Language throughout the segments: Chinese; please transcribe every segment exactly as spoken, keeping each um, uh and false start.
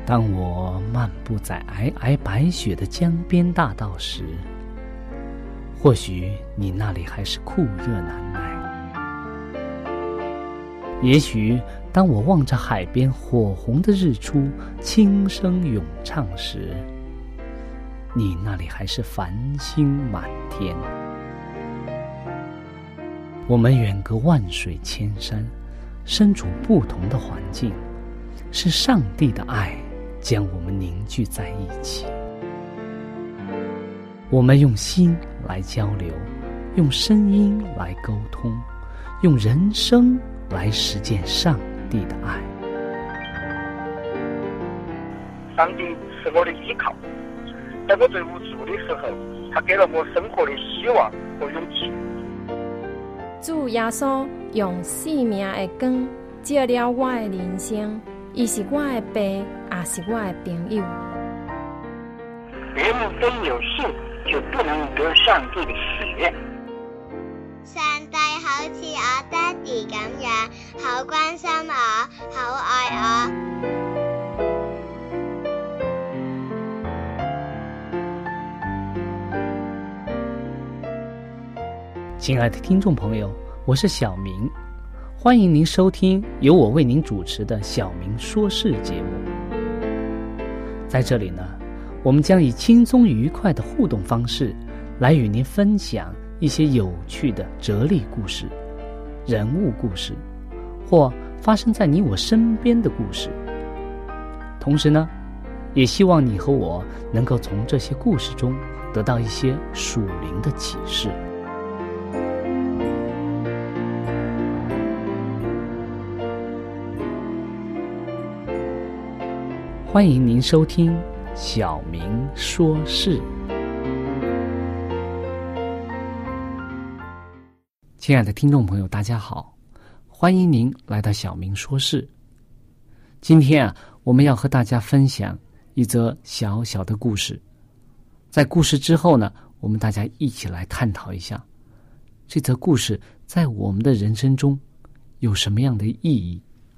当我漫步在皑皑白雪的江边大道时，或许你那里还是酷热难耐。也许当我望着海边火红的日出轻声咏唱时，你那里还是繁星满天。我们远隔万水千山，身处不同的环境，是上帝的爱将我们凝聚在一起。我们用心来交流，用声音来沟通，用人生来实践上帝的爱。 上帝是我的依靠，在我最无助的时候，他给了我生活的希望和勇气。 主耶稣用生命的光照了我的人生，伊是我的爸，也是我的朋友。 人们非有信，就不能得上帝的喜悦。 上帝好似我爹哋咁樣，好關心我，好愛我。 亲爱的听众朋友，我是小明，欢迎您收听由我为您主持的小明说事节目。在这里呢，我们将以轻松愉快的互动方式来与您分享一些有趣的哲理故事、人物故事，或发生在你我身边的故事。同时呢，也希望你和我能够从这些故事中得到一些属灵的启示。欢迎您收听小明说事。亲爱的听众朋友，大家好，欢迎您来到小明说事。今天啊，我们要和大家分享一则小小的故事。在故事之后呢，我们大家一起来探讨一下，这则故事在我们的人生中有什么样的意义。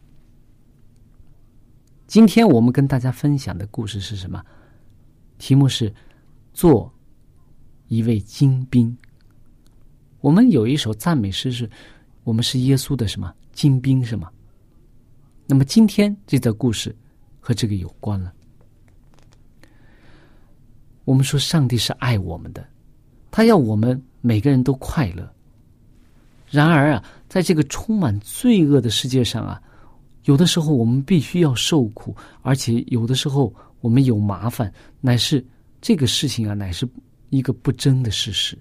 今天我们跟大家分享的故事是什么？题目是做一位精兵。我们有一首赞美诗是我们是耶稣的什么精兵是吗？那么今天这则故事和这个有关了。我们说上帝是爱我们的，他要我们每个人都快乐。然而啊，在这个充满罪恶的世界上啊，有的时候我们必须要受苦，而且有的时候我们有麻烦，乃是这个事情啊，乃是一个不争的事实。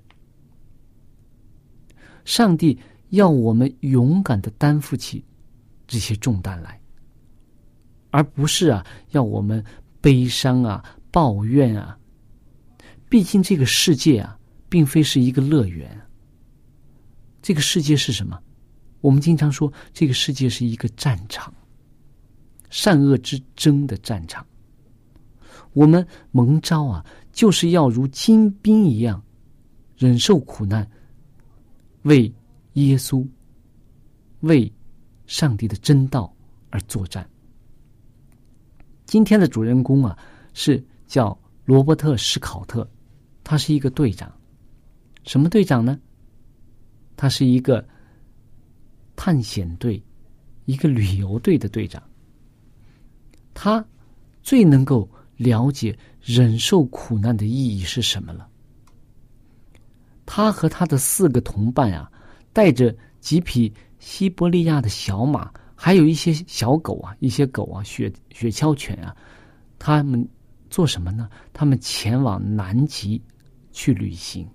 上帝要我们勇敢地担负起这些重担来，而不是啊要我们悲伤啊、抱怨啊。毕竟这个世界啊，并非是一个乐园。这个世界是什么？我们经常说，这个世界是一个战场，善恶之争的战场。我们蒙召啊，就是要如精兵一样，忍受苦难，为耶稣、为上帝的真道而作战。今天的主人公啊，是叫罗伯特·史考特，他是一个队长。什么队长呢？他是一个探险队，一个旅游队的队长。他最能够了解忍受苦难的意义是什么了。他和他的四个同伴啊，带着几匹西伯利亚的小马，还有一些小狗啊，一些狗啊，雪雪橇犬啊，他们做什么呢？他们前往南极去旅行。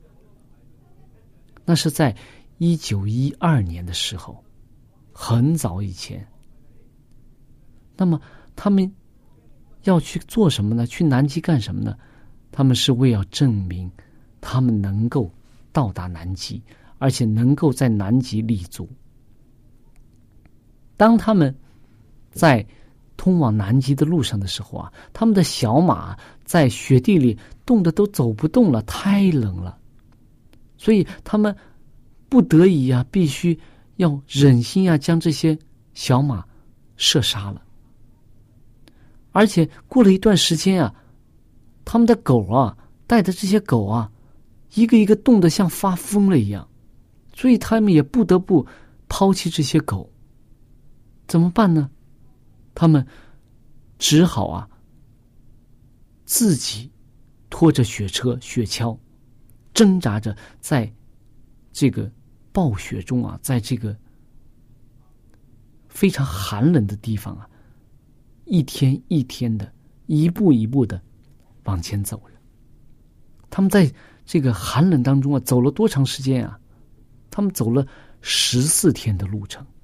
那是在一九一二年的时候，很早以前。那么他们要去做什么呢？去南极干什么呢？他们是为要证明他们能够到达南极，而且能够在南极立足。当他们在通往南极的路上的时候啊，他们的小马在雪地里冻得都走不动了，太冷了。所以他们不得已啊，必须要忍心啊，将这些小马射杀了。 而且过了一段时间啊，他们的狗啊，带的这些狗啊，一个一个冻得像发疯了一样，所以他们也不得不抛弃这些狗。怎么办呢？他们只好啊，自己拖着雪车、雪橇，挣扎着在这个暴雪中啊，在这个非常寒冷的地方啊，一天一天的，一步一步的往前走着。他们在这个寒冷当中啊，走了多长时间啊？他们走了十四天的路程。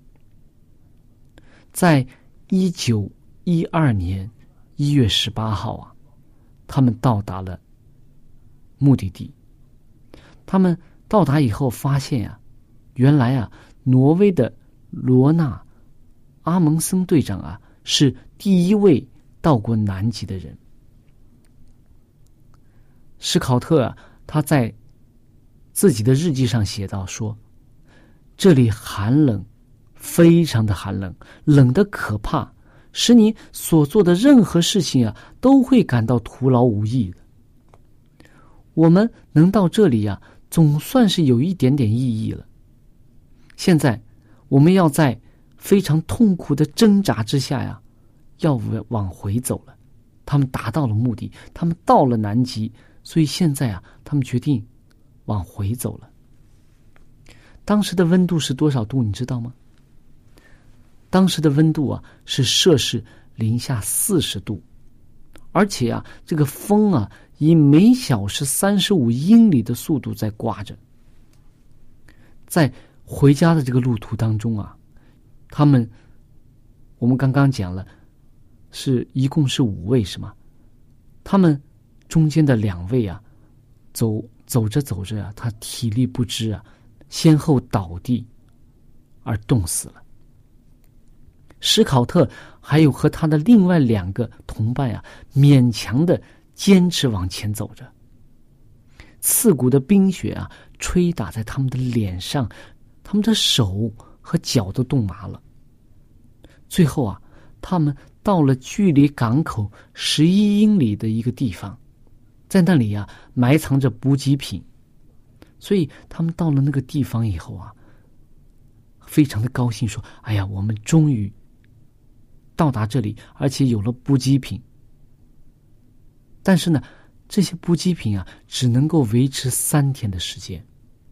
在一九一二年一月十八号啊，他们到达了目的地。他们到达以后发现啊，原来啊，挪威的罗纳阿蒙森队长啊，是第一位到过南极的人。史考特啊，他在自己的日记上写道说，这里寒冷，非常的寒冷，冷得可怕，使你所做的任何事情啊，都会感到徒劳无益的。我们能到这里啊，总算是有一点点意义了。现在我们要在非常痛苦的挣扎之下呀，要往回走了。他们达到了目的，他们到了南极，所以现在啊，他们决定往回走了。当时的温度是多少度，你知道吗？当时的温度啊，是摄氏零下四十度，而且啊，这个风啊，以每小时三十五英里的速度在刮着。在回家的这个路途当中啊，他们，我们刚刚讲了，是一共是五位是吗？他们中间的两位啊，走走着走着啊，他体力不支啊，先后倒地而冻死了。史考特还有和他的另外两个同伴啊，勉强的坚持往前走着。刺骨的冰雪啊，吹打在他们的脸上，他们的手和脚都冻麻了。最后啊，他们到了距离港口十一英里的一个地方，在那里啊，埋藏着补给品。所以他们到了那个地方以后啊，非常的高兴，说：“哎呀，我们终于到达这里，而且有了补给品。”但是呢，这些补给品啊，只能够维持三天的时间。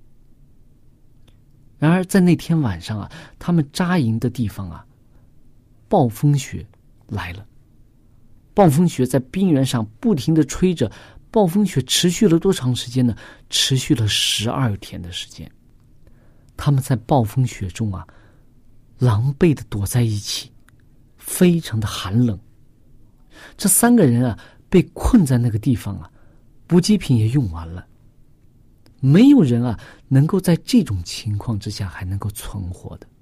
然而在那天晚上啊，他们扎营的地方啊，暴风雪来了。暴风雪在冰原上不停地吹着，暴风雪持续了多长时间呢？持续了十二天的时间。他们在暴风雪中啊，狼狈地躲在一起，非常的寒冷。这三个人啊，被困在那个地方啊，补给品也用完了。没有人啊，能够在这种情况之下还能够存活的。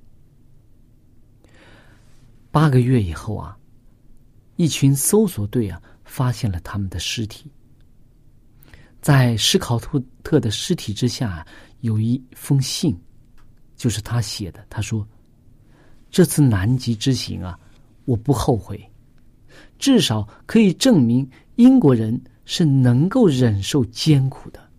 八个月以后啊，一群搜索队啊，发现了他们的尸体。在史考特的尸体之下啊，有一封信，就是他写的。他说：“这次南极之行啊，我不后悔，至少可以证明英国人是能够忍受艰苦的。”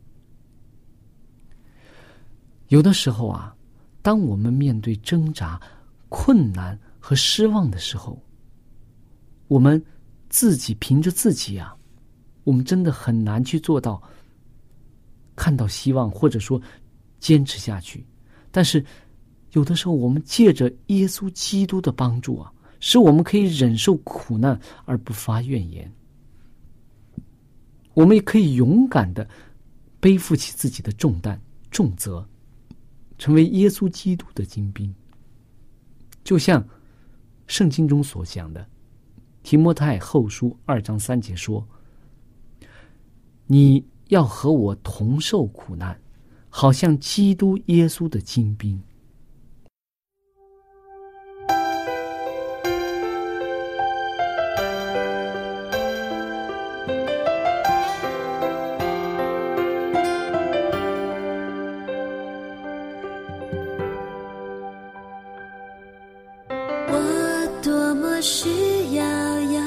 有的时候啊，当我们面对挣扎、困难和失望的时候，我们自己凭着自己啊，我们真的很难去做到看到希望，或者说坚持下去。但是有的时候我们借着耶稣基督的帮助啊，使我们可以忍受苦难而不发怨言。我们也可以勇敢的背负起自己的重担重责，成为耶稣基督的精兵。就像圣经中所讲的，提摩太后书二章三节说：“你要和我同受苦难，好像基督耶稣的精兵。” 我多么需要有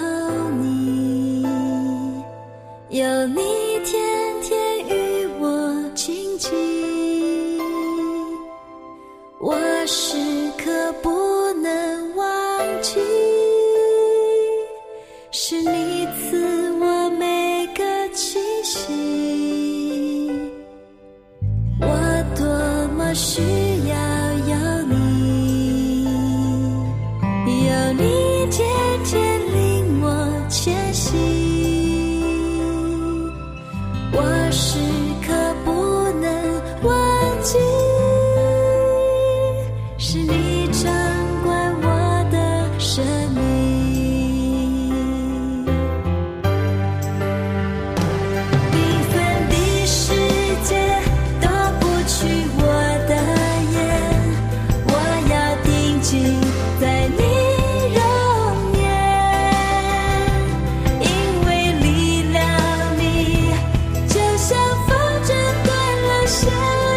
时刻不能忘记，是你赐我每个气息，我多么需要有你，有你天天领我前行，我时刻不能忘记，是你掌管我的生命。缤纷的世界夺不去我的眼，我要定睛在你容颜，因为离了你，就像风筝断了线，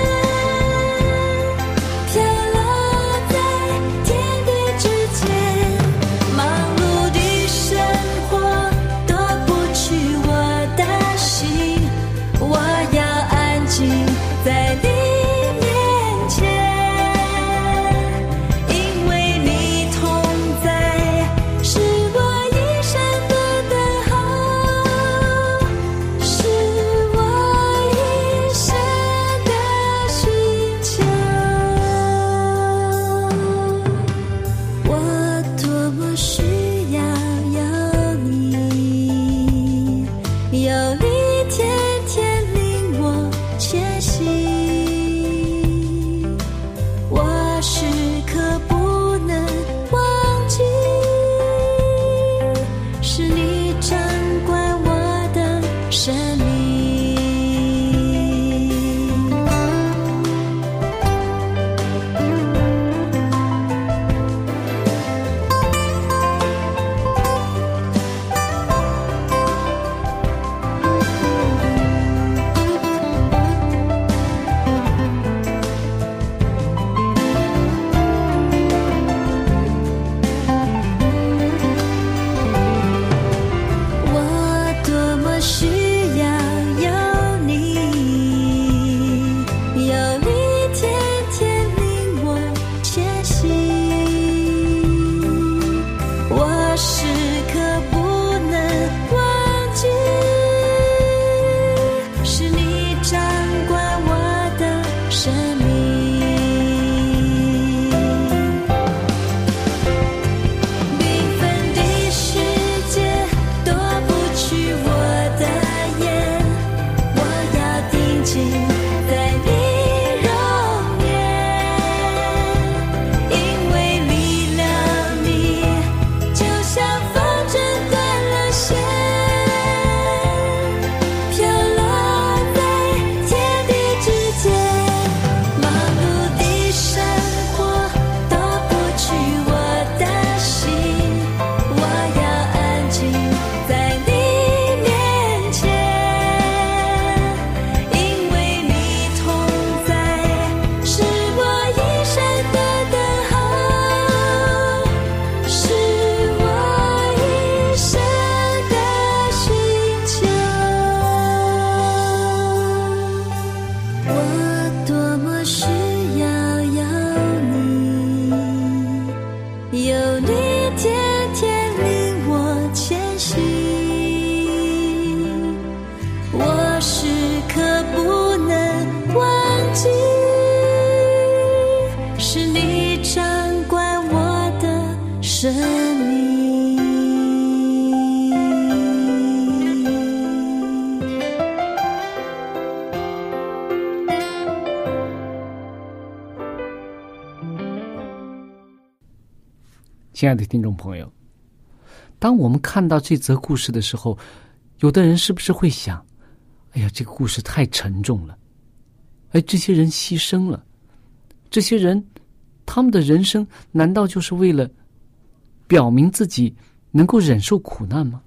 飘落在天地之间。忙碌的生活夺不去我的心，我要安静在你面前，因为你同在，是我一生的等候，是我一生的寻求。我多么需要有你，有你天天领我前行，我时刻不能忘记，是你掌管我的生命。我多么需要有你，有你天天领我前行，我时刻不能忘记，是你掌管我的生命。缤纷的世界夺不去我的眼，我要定睛在你容颜，因为离了你，就像风筝断了线，飘落在天地之间。忙碌的生活夺不去我的心，我要安静在你面前，因为你同在，是我一生的等候，是我一生的寻求。我多么需要有你，有你天天领我前行，我时刻不能忘记，是你掌管我的生命。 亲爱的听众朋友，当我们看到这则故事的时候，有的人是不是会想，哎呀，这个故事太沉重了，哎，这些人牺牲了，这些人他们的人生难道就是为了表明自己能够忍受苦难吗？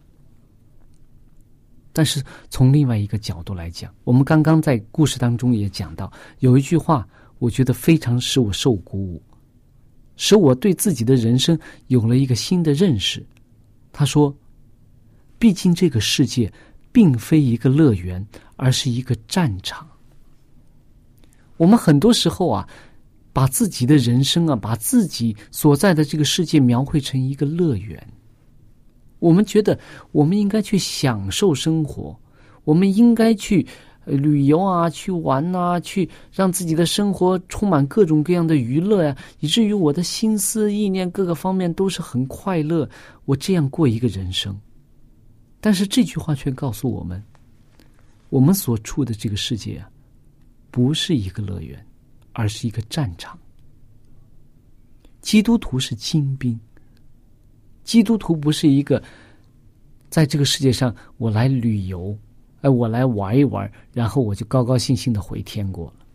但是从另外一个角度来讲，我们刚刚在故事当中也讲到，有一句话我觉得非常使我受鼓舞，使我对自己的人生有了一个新的认识。他说，毕竟这个世界并非一个乐园，而是一个战场。我们很多时候啊， 把自己的人生啊，把自己所在的这个世界描绘成一个乐园。我们觉得我们应该去享受生活，我们应该去旅游啊，去玩啊，去让自己的生活充满各种各样的娱乐呀、啊，以至于我的心思意念各个方面都是很快乐，我这样过一个人生。但是这句话却告诉我们，我们所处的这个世界啊，不是一个乐园，而是一个战场。基督徒是精兵，基督徒不是一个在这个世界上我来旅游，哎，我来玩一玩，然后我就高高兴兴的回天国了。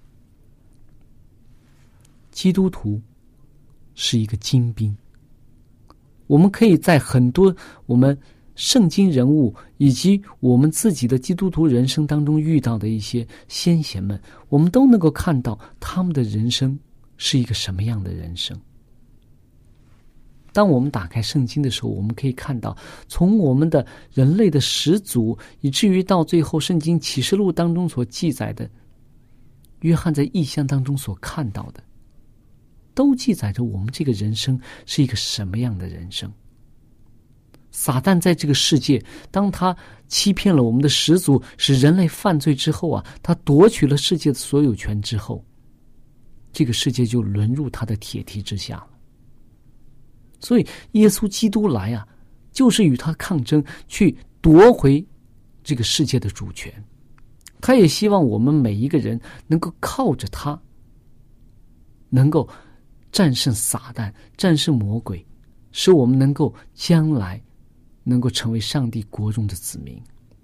基督徒是一个精兵，我们可以在很多我们圣经人物以及我们自己的基督徒人生当中遇到的一些先贤们，我们都能够看到他们的人生是一个什么样的人生。当我们打开圣经的时候，我们可以看到从我们的人类的始祖，以至于到最后圣经启示录当中所记载的，约翰在异象当中所看到的，都记载着我们这个人生是一个什么样的人生。撒旦在这个世界，当他欺骗了我们的始祖，使人类犯罪之后啊，他夺取了世界的所有权之后，这个世界就沦入他的铁蹄之下了。所以耶稣基督来啊，就是与他抗争，去夺回这个世界的主权。他也希望我们每一个人能够靠着他，能够战胜撒旦，战胜魔鬼，使我们能够将来能够成为上帝国中的子民。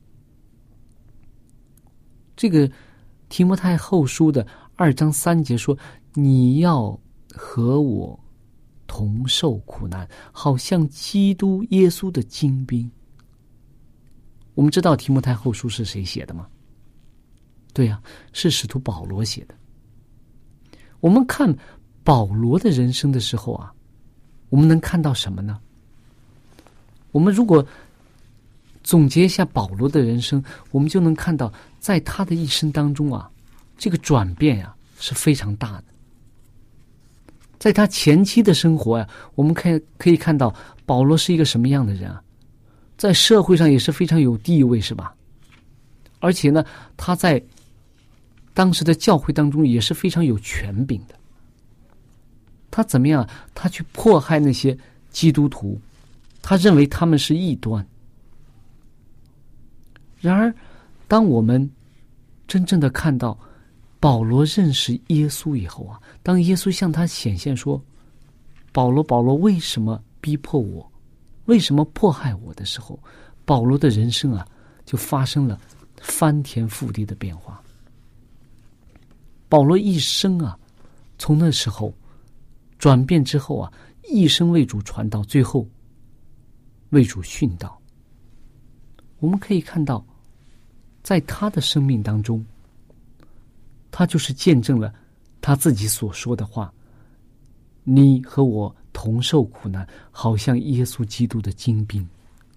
这个提摩太后书的二章三节说，你要和我同受苦难，好像基督耶稣的精兵。我们知道提摩太后书是谁写的吗？对啊，是使徒保罗写的。我们看保罗的人生的时候啊，我们能看到什么呢？我们如果总结一下保罗的人生，我们就能看到在他的一生当中啊，这个转变啊是非常大的。在他前期的生活呀、啊，我们可以可以看到保罗是一个什么样的人啊？在社会上也是非常有地位，是吧？而且呢，他在当时的教会当中也是非常有权柄的。他怎么样？他去迫害那些基督徒，他认为他们是异端。然而，当我们真正的看到保罗认识耶稣以后啊，当耶稣向他显现说，保罗保罗为什么逼迫我，为什么迫害我的时候，保罗的人生啊就发生了翻天覆地的变化。保罗一生啊，从那时候转变之后啊，一生为主传道，最后为主殉道。我们可以看到在他的生命当中，他就是见证了他自己所说的话，你和我同受苦难，好像耶稣基督的精兵。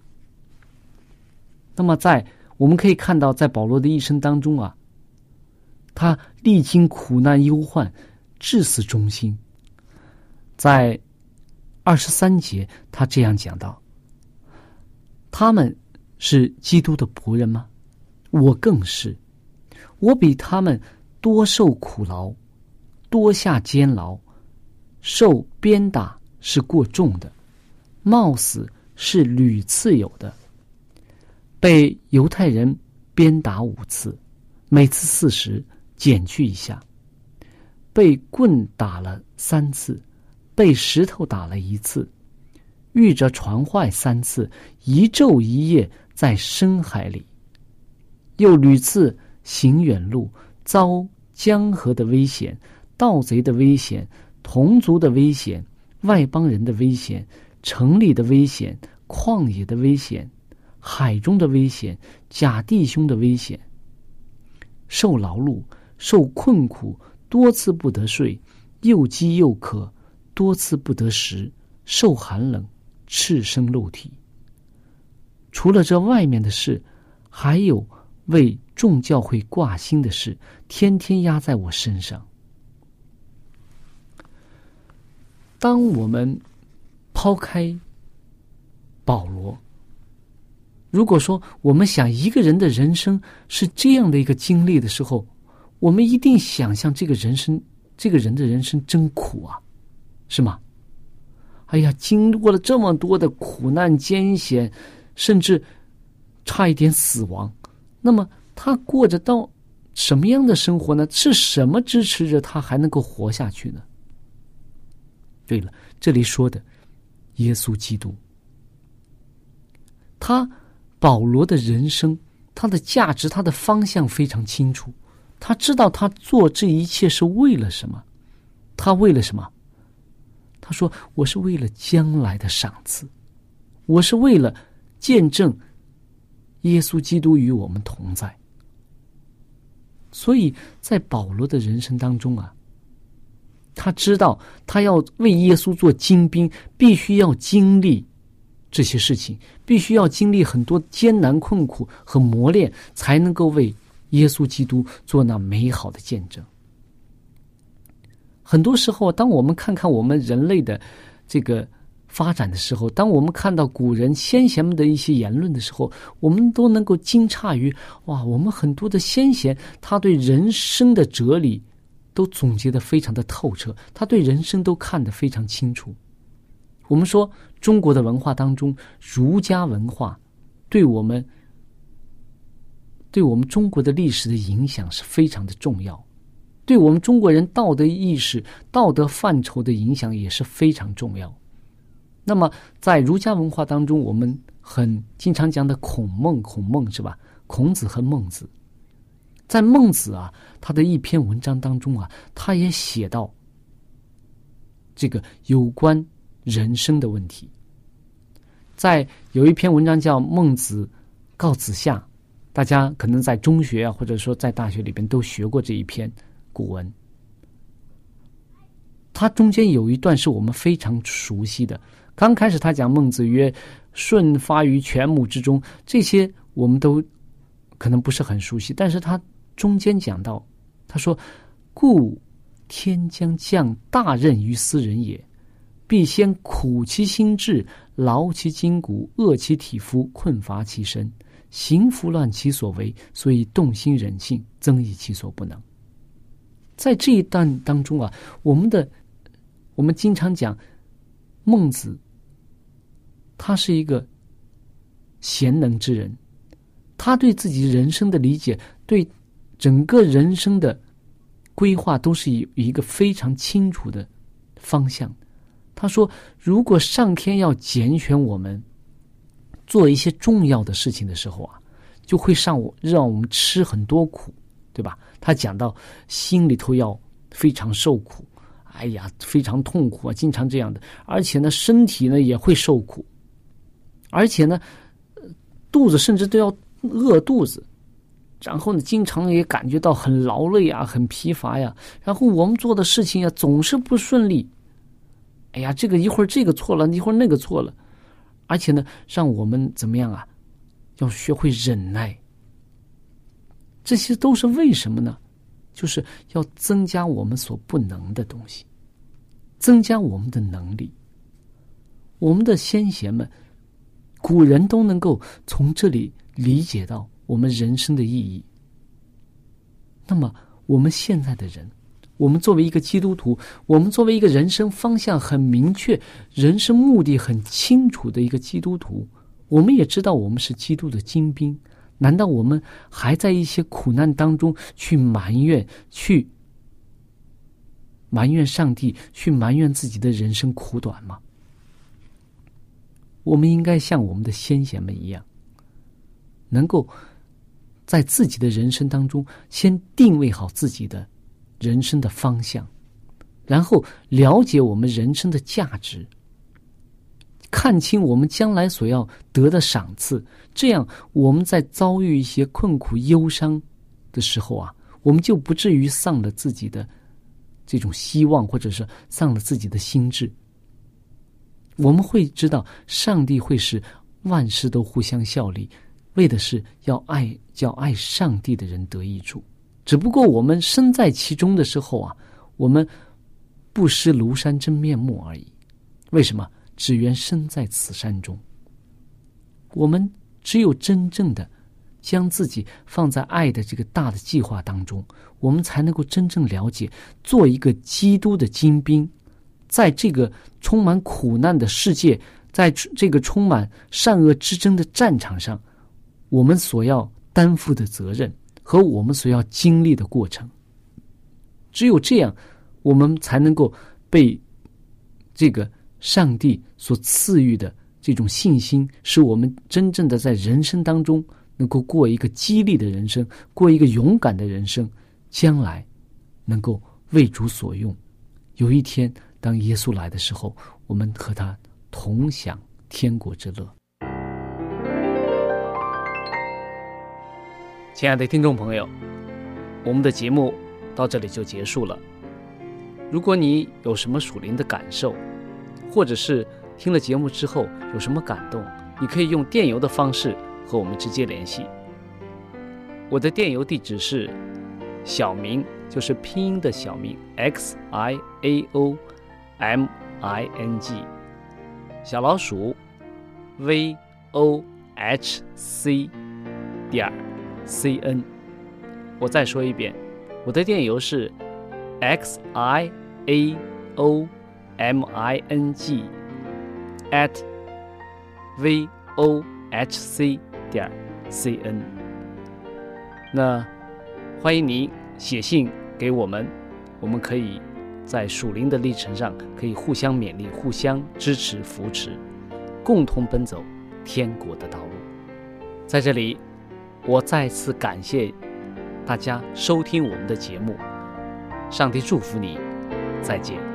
那么在我们可以看到在保罗的一生当中啊，他历经苦难忧患，至死忠心。在二十三节他这样讲到，他们是基督的仆人吗？我更是，我比他们多受苦劳，多下监牢，受鞭打是过重的，冒死是屡次有的，被犹太人鞭打五次，每次四十，减去一下，被棍打了三次，被石头打了一次，遇着船坏三次，一昼一夜在深海里，又屡次行远路，遭江河的危险，盗贼的危险，同族的危险，外邦人的危险，城里的危险，旷野的危险，海中的危险，假弟兄的危险，受劳碌，受困苦，多次不得睡，又饥又渴，多次不得食，受寒冷，赤身露体。除了这外面的事，还有为众教会挂心的事，天天压在我身上。 当我们抛开保罗，如果说我们想一个人的人生是这样的一个经历的时候，我们一定想象这个人生，这个人的人生真苦啊，是吗？哎呀，经过了这么多的苦难艰险，甚至差一点死亡，那么他过着到什么样的生活呢？是什么支持着他还能够活下去呢？对了，这里说的耶稣基督，他保罗的人生，他的价值，他的方向非常清楚，他知道他做这一切是为了什么。他为了什么？他说，我是为了将来的赏赐，我是为了见证耶稣基督与我们同在。所以在保罗的人生当中啊，他知道他要为耶稣做精兵，必须要经历这些事情，必须要经历很多艰难困苦和磨练，才能够为耶稣基督做那美好的见证。很多时候，当我们看看我们人类的这个发展的时候，当我们看到古人先贤们的一些言论的时候，我们都能够惊诧于，哇，我们很多的先贤，他对人生的哲理都总结得非常的透彻，他对人生都看得非常清楚。我们说中国的文化当中，儒家文化对我们对我们中国的历史的影响是非常的重要，对我们中国人道德意识、道德范畴的影响也是非常重要。那么在儒家文化当中，我们很经常讲的孔孟，孔孟是吧？孔子和孟子，在孟子啊，他的一篇文章当中啊，他也写到这个有关人生的问题。在有一篇文章叫《孟子告子夏》，大家可能在中学啊，或者说在大学里边都学过这一篇古文。它中间有一段是我们非常熟悉的。刚开始他讲孟子曰：“舜发于泉母之中”，这些我们都可能不是很熟悉，但是他中间讲到，他说：“故天将降大任于斯人也，必先苦其心志，劳其筋骨，饿其体肤，困乏其身，行拂乱其所为，所以动心忍性，增益其所不能。”在这一段当中啊，我们的我们经常讲孟子，他是一个贤能之人，他对自己人生的理解，对整个人生的规划都是有一个非常清楚的方向。他说，如果上天要拣选我们做一些重要的事情的时候啊，就会上我让我们吃很多苦，对吧？他讲到心里头要非常受苦，哎呀，非常痛苦啊，经常这样的，而且呢，身体呢也会受苦，而且呢，肚子甚至都要饿肚子，然后呢，经常也感觉到很劳累啊，很疲乏呀，然后我们做的事情啊，总是不顺利，哎呀，这个一会儿这个错了，一会儿那个错了，而且呢，让我们怎么样啊？要学会忍耐。这些都是为什么呢？就是要增加我们所不能的东西，增加我们的能力。我们的先贤们，古人都能够从这里理解到我们人生的意义。那么我们现在的人，我们作为一个基督徒，我们作为一个人生方向很明确、人生目的很清楚的一个基督徒，我们也知道我们是基督的精兵。难道我们还在一些苦难当中去埋怨，去埋怨上帝，去埋怨自己的人生苦短吗？我们应该像我们的先贤们一样，能够在自己的人生当中先定位好自己的人生的方向，然后了解我们人生的价值，看清我们将来所要得的赏赐，这样我们在遭遇一些困苦忧伤的时候啊，我们就不至于丧了自己的这种希望，或者是丧了自己的心智。我们会知道上帝会使万事都互相效力，为的是要爱叫爱上帝的人得益处。只不过我们身在其中的时候啊，我们不识庐山真面目而已。为什么？只缘身在此山中。我们只有真正的将自己放在爱的这个大的计划当中，我们才能够真正了解，做一个基督的精兵，在这个充满苦难的世界，在这个充满善恶之争的战场上，我们所要担负的责任和我们所要经历的过程。只有这样，我们才能够被这个上帝所赐予的这种信心，使我们真正的在人生当中能够过一个激励的人生，过一个勇敢的人生，将来能够为主所用。有一天当耶稣来的时候，我们和他同享天国之乐。亲爱的听众朋友，我们的节目到这里就结束了。如果你有什么属灵的感受，或者是听了节目之后有什么感动，你可以用电邮的方式和我们直接联系。我的电邮地址是小明，就是拼音的小明 X I A O M I N G 小老鼠 V O H C 点 C N。 我再说一遍，我的电邮是 X I A O M I N G at V O H C 点 C N。 那欢迎你写信给我们，我们可以在属灵的历程上可以互相勉励，互相支持扶持，共同奔走天国的道路。在这里我再次感谢大家收听我们的节目，上帝祝福你，再见。